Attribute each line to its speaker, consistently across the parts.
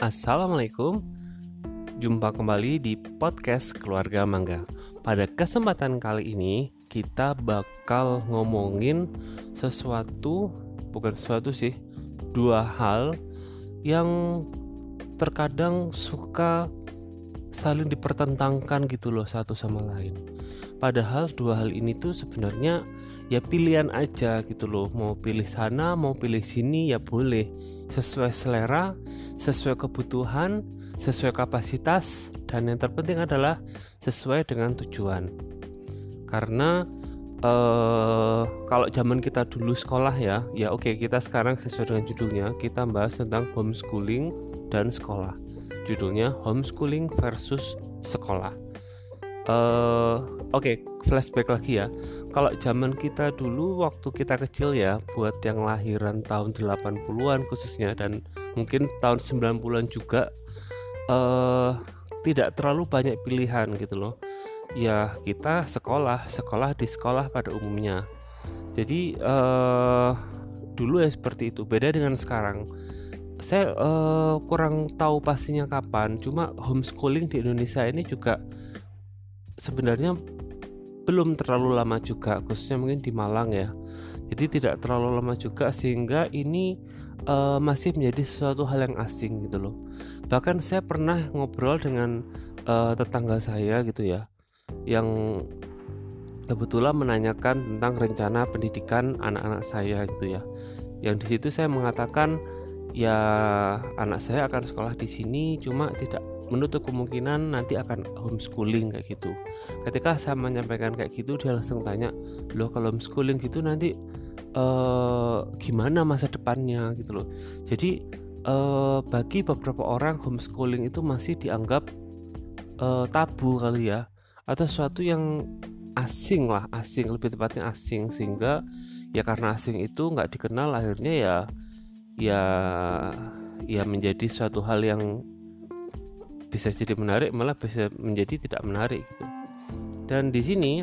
Speaker 1: Assalamualaikum, jumpa kembali di podcast Keluarga Mangga. Pada kesempatan kali ini kita bakal ngomongin dua hal yang terkadang suka saling dipertentangkan gitu loh satu sama lain. Padahal dua hal ini tuh sebenarnya ya pilihan aja gitu loh. Mau pilih sana, mau pilih sini ya boleh, sesuai selera, sesuai kebutuhan, sesuai kapasitas, dan yang terpenting adalah sesuai dengan tujuan. Karena kalau zaman kita dulu sekolah ya oke, kita sekarang sesuai dengan judulnya, kita bahas tentang homeschooling dan sekolah. Judulnya homeschooling versus sekolah. Oke, flashback lagi ya. Kalau zaman kita dulu waktu kita kecil ya, buat yang lahiran tahun 80-an khususnya dan mungkin tahun 90-an juga, tidak terlalu banyak pilihan gitu loh. Ya kita sekolah di sekolah pada umumnya. Jadi dulu ya seperti itu. Beda dengan sekarang. Saya kurang tahu pastinya kapan. Cuma homeschooling di Indonesia ini juga sebenarnya belum terlalu lama juga, khususnya mungkin di Malang ya. Jadi tidak terlalu lama juga sehingga ini masih menjadi sesuatu hal yang asing gitu loh. Bahkan saya pernah ngobrol dengan tetangga saya gitu ya, yang kebetulan menanyakan tentang rencana pendidikan anak-anak saya gitu ya. Yang di situ saya mengatakan ya anak saya akan sekolah di sini, cuma tidak menutup kemungkinan nanti akan homeschooling kayak gitu. Ketika saya menyampaikan kayak gitu, dia langsung tanya, loh kalau homeschooling gitu nanti gimana masa depannya gitu loh. Jadi bagi beberapa orang homeschooling itu masih dianggap tabu kali ya, atau sesuatu yang asing, lebih tepatnya asing, sehingga ya karena asing itu nggak dikenal, akhirnya ya menjadi suatu hal yang bisa jadi menarik, malah bisa menjadi tidak menarik gitu. Dan di sini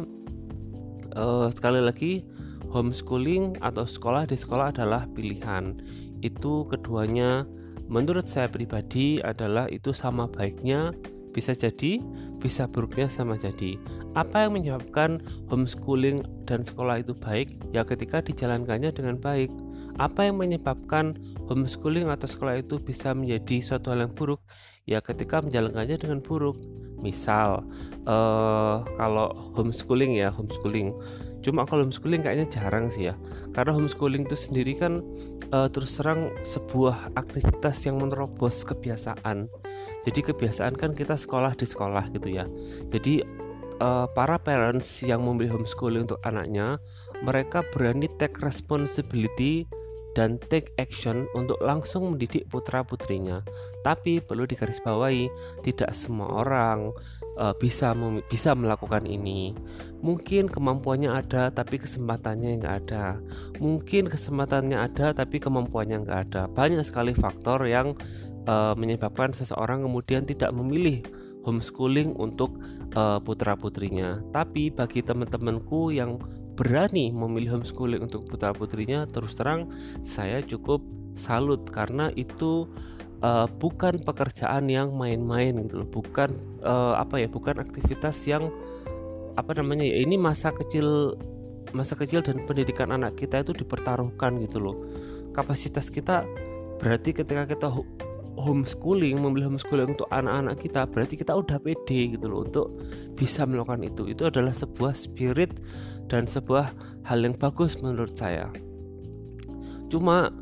Speaker 1: sekali lagi, homeschooling atau sekolah di sekolah adalah pilihan. Itu keduanya menurut saya pribadi adalah itu sama baiknya, bisa jadi, bisa buruknya sama jadi. Apa yang menyebabkan homeschooling dan sekolah itu baik? Ya ketika dijalankannya dengan baik. Apa yang menyebabkan homeschooling atau sekolah itu bisa menjadi suatu hal yang buruk? Ya ketika menjalankannya dengan buruk. Misal kalau homeschooling. Cuma kalau homeschooling kayaknya jarang sih ya, karena homeschooling itu sendiri kan terus terang sebuah aktivitas yang menerobos kebiasaan. Jadi kebiasaan kan kita sekolah di sekolah gitu ya. Jadi para parents yang memilih homeschooling untuk anaknya, mereka berani take responsibility dan take action untuk langsung mendidik putra-putrinya. Tapi perlu digarisbawahi, tidak semua orang bisa melakukan ini. Mungkin kemampuannya ada tapi kesempatannya nggak ada. Mungkin kesempatannya ada tapi kemampuannya nggak ada. Banyak sekali faktor yang menyebabkan seseorang kemudian tidak memilih homeschooling untuk putra-putrinya. Tapi bagi teman-temanku yang berani memilih homeschooling untuk putra-putrinya, terus terang saya cukup salut, karena itu bukan pekerjaan yang main-main gitu loh. Bukan aktivitas yang ini masa kecil dan pendidikan anak kita itu dipertaruhkan gitu loh. Kapasitas kita berarti ketika kita memilih homeschooling untuk anak-anak kita, berarti kita udah pede gitu loh untuk bisa melakukan itu. Itu adalah sebuah spirit dan sebuah hal yang bagus menurut saya. Cuma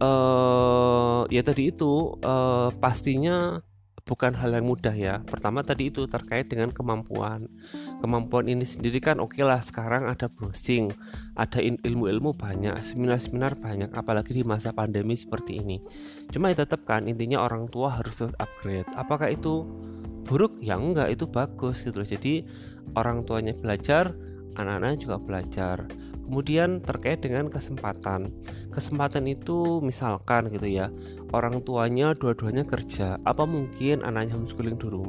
Speaker 1: ya tadi itu pastinya bukan hal yang mudah ya. Pertama tadi itu terkait dengan kemampuan ini sendiri kan oke lah, sekarang ada browsing, ada ilmu-ilmu banyak, seminar-seminar banyak, apalagi di masa pandemi seperti ini. Cuma ya tetap kan intinya orang tua harus terus upgrade. Apakah itu buruk? Ya enggak, itu bagus gitu loh. Jadi orang tuanya belajar, anak-anaknya juga belajar. Kemudian terkait dengan kesempatan itu misalkan gitu ya, orang tuanya dua-duanya kerja, apa mungkin anaknya homeschooling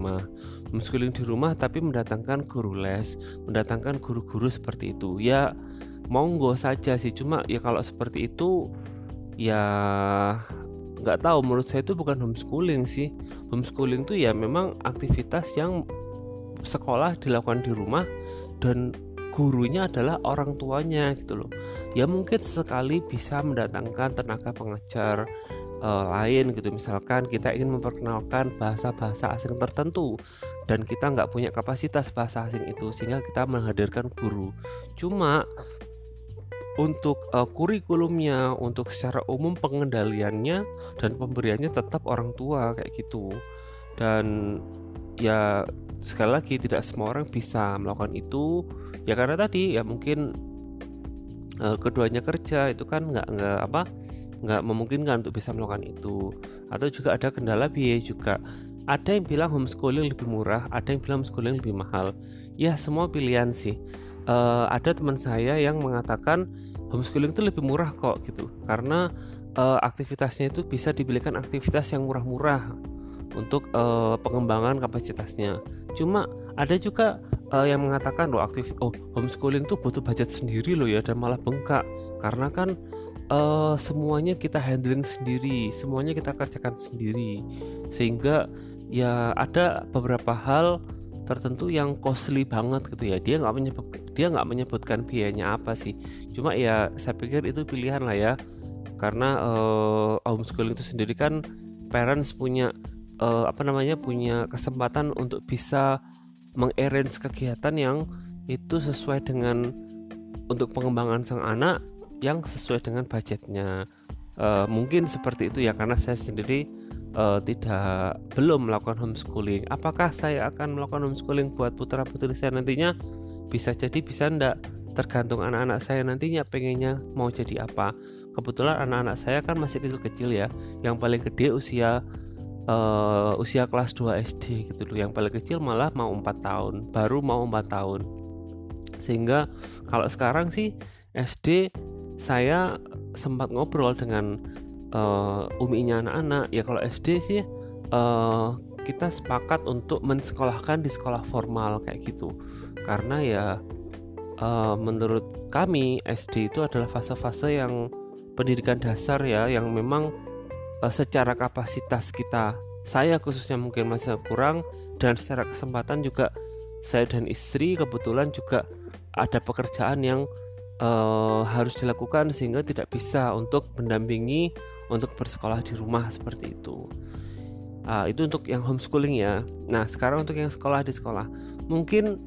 Speaker 1: di rumah tapi mendatangkan guru les, mendatangkan guru-guru seperti itu? Ya monggo saja sih, cuma ya kalau seperti itu ya nggak tahu, menurut saya itu bukan homeschooling sih. Homeschooling itu ya memang aktivitas yang sekolah dilakukan di rumah dan gurunya adalah orang tuanya gitu loh. Ya mungkin sesekali bisa mendatangkan tenaga pengajar lain gitu, misalkan kita ingin memperkenalkan bahasa-bahasa asing tertentu dan kita nggak punya kapasitas bahasa asing itu, sehingga kita menghadirkan guru. Cuma untuk kurikulumnya, untuk secara umum pengendaliannya dan pemberiannya tetap orang tua kayak gitu. Dan ya sekali lagi tidak semua orang bisa melakukan itu ya, karena tadi ya mungkin keduanya kerja, itu kan nggak memungkinkan untuk bisa melakukan itu. Atau juga ada kendala biaya juga. Ada yang bilang homeschooling lebih murah, ada yang bilang homeschooling lebih mahal. Ya semua pilihan sih. Ada teman saya yang mengatakan homeschooling itu lebih murah kok gitu, karena aktivitasnya itu bisa dipilihkan aktivitas yang murah-murah untuk pengembangan kapasitasnya. Cuma ada juga yang mengatakan homeschooling tuh butuh budget sendiri loh ya, dan malah bengkak karena kan semuanya kita handling sendiri, semuanya kita kerjakan sendiri, sehingga ya ada beberapa hal tertentu yang costly banget gitu ya. Dia nggak menyebutkan biayanya apa sih, cuma ya saya pikir itu pilihan lah ya, karena homeschooling itu sendiri kan parents punya punya kesempatan untuk bisa mengarrange kegiatan yang itu sesuai dengan untuk pengembangan sang anak yang sesuai dengan budgetnya. Mungkin seperti itu ya, karena saya sendiri belum melakukan homeschooling. Apakah saya akan melakukan homeschooling buat putra putri saya nantinya? Bisa jadi, bisa enggak, tergantung anak-anak saya nantinya pengennya mau jadi apa. Kebetulan anak-anak saya kan masih kecil-kecil ya, yang paling gede usia kelas 2 SD gitu loh. Yang paling kecil malah mau 4 tahun, baru mau 4 tahun. Sehingga kalau sekarang sih SD, saya sempat ngobrol dengan uminya anak-anak. Ya kalau SD sih kita sepakat untuk mensekolahkan di sekolah formal kayak gitu. Karena ya menurut kami SD itu adalah fase-fase yang pendidikan dasar ya, yang memang secara kapasitas saya khususnya mungkin masih kurang, dan secara kesempatan juga saya dan istri kebetulan juga ada pekerjaan yang harus dilakukan, sehingga tidak bisa untuk mendampingi untuk bersekolah di rumah seperti itu. Itu untuk yang homeschooling ya. Nah sekarang untuk yang sekolah di sekolah, mungkin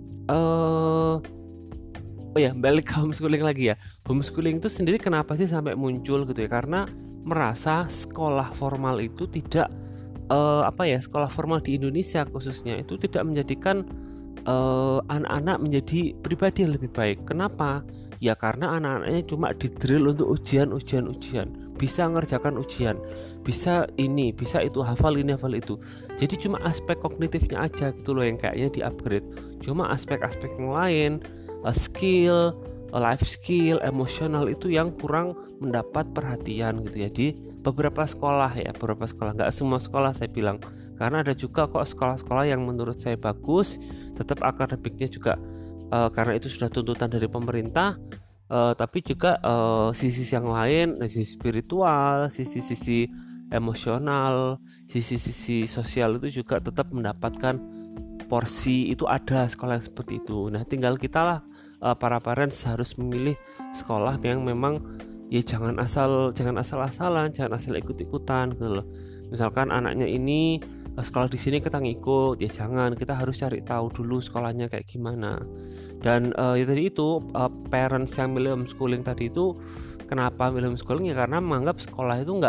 Speaker 1: balik ke homeschooling lagi ya. Homeschooling itu sendiri kenapa sih sampai muncul gitu ya? Karena merasa sekolah formal itu tidak sekolah formal di Indonesia khususnya itu tidak menjadikan anak-anak menjadi pribadi yang lebih baik. Kenapa? Ya karena anak-anaknya cuma di-drill untuk ujian, bisa mengerjakan ujian, bisa ini, bisa itu, hafal ini, hafal itu. Jadi cuma aspek kognitifnya aja gitu loh yang kayaknya di-upgrade. Cuma aspek-aspek yang lain, skill, life skill, emosional itu yang kurang mendapat perhatian gitu ya di beberapa sekolah, nggak semua sekolah saya bilang, karena ada juga kok sekolah-sekolah yang menurut saya bagus, tetap akademiknya juga karena itu sudah tuntutan dari pemerintah, tapi juga sisi yang lain, sisi spiritual, sisi emosional, sisi sosial itu juga tetap mendapatkan porsi. Itu ada sekolah yang seperti itu. Nah tinggal kita lah, para parents harus memilih sekolah yang memang ya jangan asal-asalan, jangan asal ikut-ikutan gitu loh. Misalkan anaknya ini sekolah di sini kita ngikut, ya jangan, kita harus cari tahu dulu sekolahnya kayak gimana. Dan ya tadi itu parents yang milih homeschooling tadi itu, kenapa milih homeschooling ya karena menganggap sekolah itu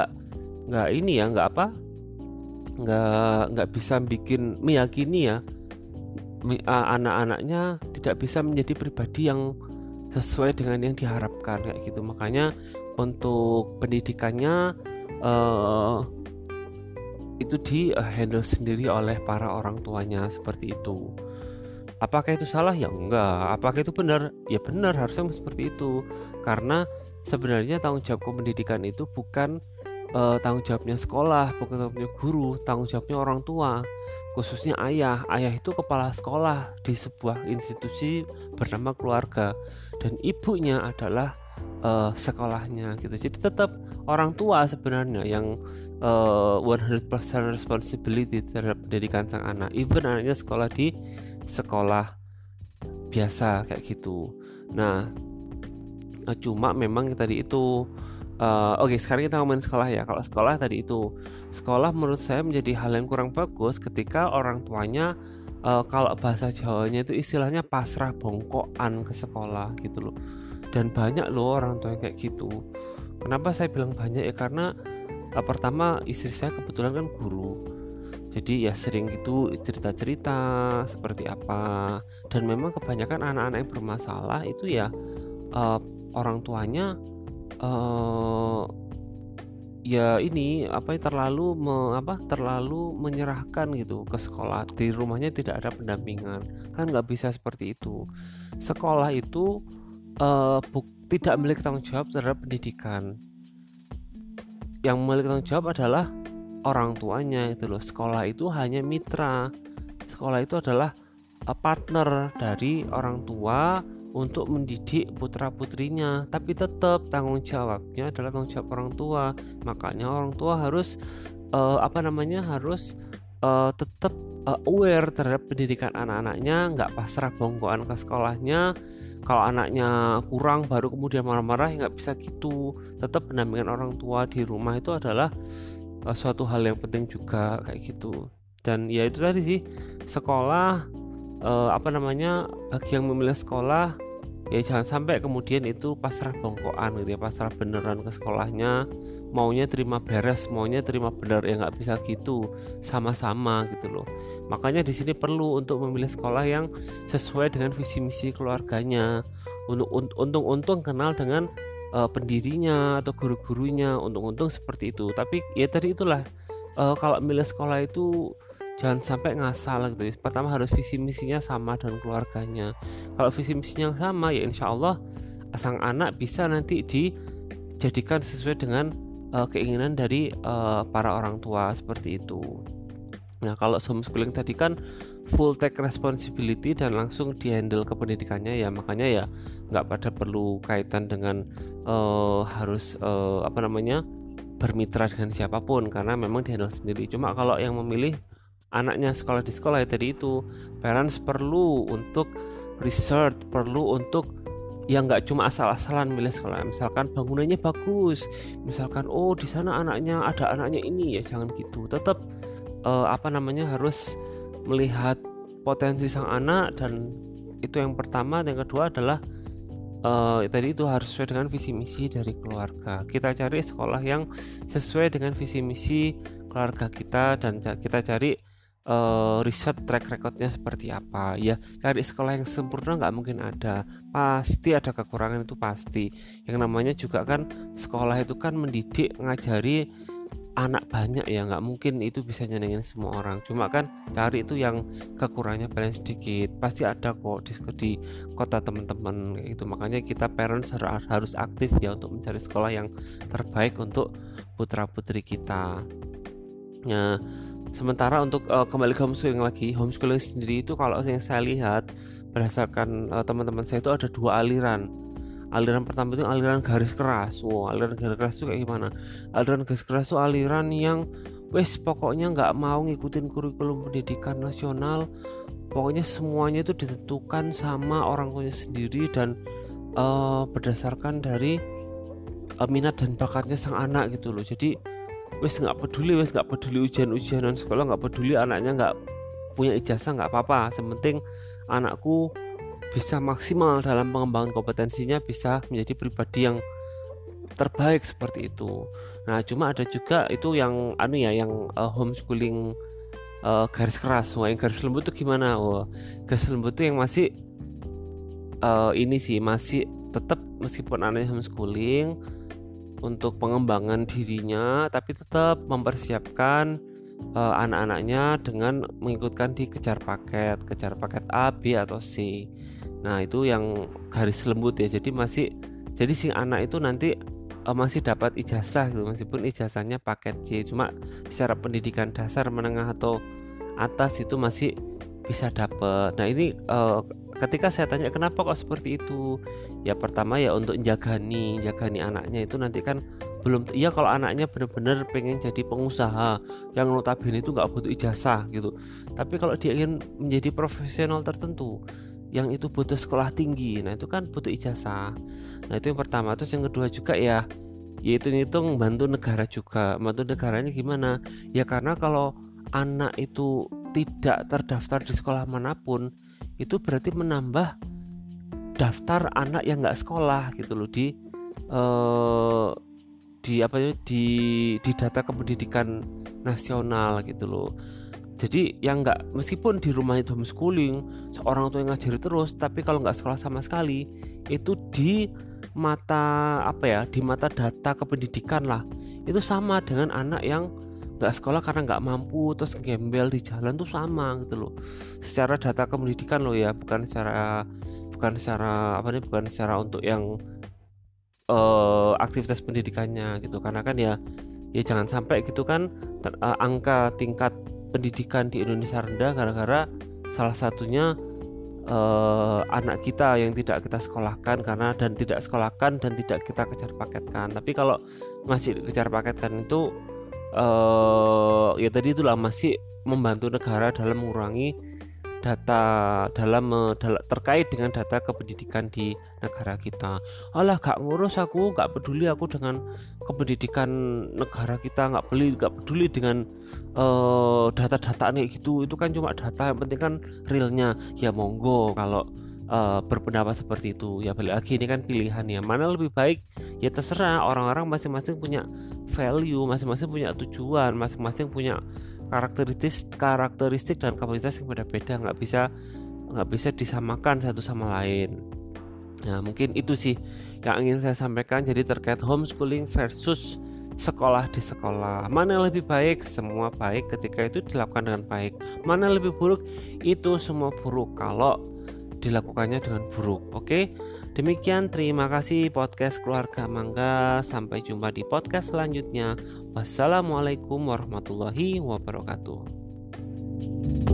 Speaker 1: nggak bisa meyakini ya anak-anaknya tidak bisa menjadi pribadi yang sesuai dengan yang diharapkan kayak gitu. Makanya untuk pendidikannya itu di handle sendiri oleh para orang tuanya seperti itu. Apakah itu salah? Ya enggak. Apakah itu benar? Ya benar, harusnya seperti itu. Karena sebenarnya tanggung jawab pendidikan itu bukan tanggung jawabnya sekolah, bukan tanggung jawabnya guru, tanggung jawabnya orang tua, khususnya ayah. Ayah itu kepala sekolah di sebuah institusi bernama keluarga, dan ibunya adalah sekolahnya gitu. Jadi tetap orang tua sebenarnya yang 100% responsibility terhadap pendidikan sang anak, even anaknya sekolah di sekolah biasa kayak gitu. Nah, cuma memang tadi itu oke, sekarang kita ngomongin sekolah ya. Kalau sekolah tadi itu, sekolah menurut saya menjadi hal yang kurang bagus ketika orang tuanya kalau bahasa Jawanya itu istilahnya pasrah bongkokan ke sekolah gitu loh. Dan banyak loh orang tua yang kayak gitu. Kenapa saya bilang banyak ya? Karena pertama istri saya kebetulan kan guru. Jadi ya sering gitu cerita-cerita seperti apa. Dan memang kebanyakan anak-anak yang bermasalah itu ya orang tuanya ya ini terlalu menyerahkan gitu ke sekolah. Di rumahnya tidak ada pendampingan, kan nggak bisa seperti itu. Sekolah itu tidak memiliki tanggung jawab terhadap pendidikan. Yang memiliki tanggung jawab adalah orang tuanya itu loh. Sekolah itu hanya mitra. Sekolah itu adalah partner dari orang tua untuk mendidik putra-putrinya, tapi tetap tanggung jawabnya adalah tanggung jawab orang tua. Makanya orang tua harus tetap aware terhadap pendidikan anak-anaknya, nggak pasrah bongkoan ke sekolahnya. Kalau anaknya kurang baru kemudian marah-marah, nggak bisa gitu. Tetap pendampingan orang tua di rumah itu adalah suatu hal yang penting juga kayak gitu. Dan ya itu tadi sih, sekolah bagi yang memilih sekolah ya jangan sampai kemudian itu pasrah bongkoan gitu ya, pasrah beneran ke sekolahnya, maunya terima beres, maunya terima bener, ya nggak bisa gitu, sama-sama gitu loh. Makanya di sini perlu untuk memilih sekolah yang sesuai dengan visi misi keluarganya. Untung kenal dengan pendirinya atau guru-gurunya, untung seperti itu. Tapi ya tadi itulah, kalau milih sekolah itu jangan sampai ngasal gitu. Pertama harus visi misinya sama dengan keluarganya. Kalau visi misinya sama ya insya Allah sang anak bisa nanti dijadikan sesuai dengan keinginan dari para orang tua seperti itu. Nah, kalau homeschooling tadi kan full take responsibility dan langsung dihandle ke pendidikannya ya, makanya ya nggak pada perlu kaitan dengan harus bermitra dengan siapapun, karena memang dihandle sendiri. Cuma kalau yang memilih anaknya sekolah di sekolah ya tadi itu, parents perlu untuk research, perlu untuk ya nggak cuma asal-asalan milih sekolah. Misalkan bangunannya bagus, misalkan di sana ada anaknya ini, ya jangan gitu. Tetap harus melihat potensi sang anak, dan itu yang pertama. Yang kedua adalah tadi itu harus sesuai dengan visi misi dari keluarga. Kita cari sekolah yang sesuai dengan visi misi keluarga kita, dan kita cari riset track recordnya seperti apa ya. Cari sekolah yang sempurna nggak mungkin ada, pasti ada kekurangan, itu pasti. Yang namanya juga kan sekolah itu kan mendidik, ngajari anak banyak ya, nggak mungkin itu bisa nyenengin semua orang. Cuma kan cari itu yang kekurangannya paling sedikit, pasti ada kok di kota teman-teman itu. Makanya kita parents harus aktif ya untuk mencari sekolah yang terbaik untuk putra-putri kita. Nah, sementara untuk kembali ke homeschooling sendiri itu, kalau yang saya lihat berdasarkan teman-teman saya itu ada dua aliran. Aliran pertama itu aliran garis keras. Aliran garis keras itu kayak gimana? Aliran garis keras itu aliran yang pokoknya nggak mau ngikutin kurikulum pendidikan nasional. Pokoknya semuanya itu ditentukan sama orang tuanya sendiri, dan berdasarkan dari minat dan bakatnya sang anak gitu loh. Jadi nggak peduli ujian-ujianan sekolah, nggak peduli anaknya nggak punya ijazah, nggak apa-apa. Sementing anakku bisa maksimal dalam pengembangan kompetensinya, bisa menjadi pribadi yang terbaik seperti itu. Nah, cuma ada juga itu yang homeschooling garis keras. Yang garis lembut itu gimana? Garis lembut itu yang masih masih tetap, meskipun anaknya homeschooling untuk pengembangan dirinya, tapi tetap mempersiapkan anak-anaknya dengan mengikutkan di kejar paket A, B atau C. Nah, itu yang garis lembut ya. Jadi si anak itu nanti masih dapat ijazah gitu, meskipun ijazahnya paket C. Cuma secara pendidikan dasar, menengah atau atas itu masih bisa dapat. Nah, ini ketika saya tanya kenapa kok seperti itu, ya pertama ya untuk jagani anaknya itu nanti kan belum, ya kalau anaknya benar-benar pengen jadi pengusaha yang notabene itu nggak butuh ijazah gitu, tapi kalau dia ingin menjadi profesional tertentu yang itu butuh sekolah tinggi, nah itu kan butuh ijazah. Nah itu yang pertama. Terus yang kedua juga ya hitung-hitung bantu negara juga. Bantu negaranya gimana? Ya karena kalau anak itu tidak terdaftar di sekolah manapun, itu berarti menambah daftar anak yang nggak sekolah gitu loh di data kependidikan nasional gitu loh. Jadi yang nggak, meskipun di rumah itu homeschooling, seorang tua yang ngajari terus, tapi kalau nggak sekolah sama sekali, itu di mata di mata data kependidikan lah, itu sama dengan anak yang nggak sekolah karena nggak mampu terus gembel di jalan tuh sama gitu loh. Secara data kependidikan loh ya, bukan secara untuk yang aktivitas pendidikannya gitu. Karena kan ya jangan sampai gitu kan angka tingkat pendidikan di Indonesia rendah gara-gara salah satunya anak kita yang tidak kita sekolahkan dan tidak kita kejar paketkan. Tapi kalau masih kejar paketkan itu ya tadi itulah masih membantu negara dalam mengurangi data terkait dengan data kependidikan di negara kita. Alah gak ngurus aku, gak peduli aku dengan kependidikan negara kita, gak peduli dengan data-data kayak gitu. Itu kan cuma data, yang penting kan realnya. Ya monggo kalau berpendapat seperti itu. Ya balik lagi, ini kan pilihan ya, mana lebih baik ya terserah. Orang-orang masing-masing punya value, masing-masing punya tujuan, masing-masing punya karakteristik dan kapasitas yang berbeda, nggak bisa disamakan satu sama lain. Nah mungkin itu sih yang ingin saya sampaikan. Jadi terkait homeschooling versus sekolah di sekolah, mana yang lebih baik? Semua baik ketika itu dilakukan dengan baik. Mana yang lebih buruk? Itu semua buruk kalau dilakukannya dengan buruk. Oke, demikian, terima kasih podcast Keluarga Mangga. Sampai jumpa di podcast selanjutnya. Wassalamualaikum warahmatullahi wabarakatuh.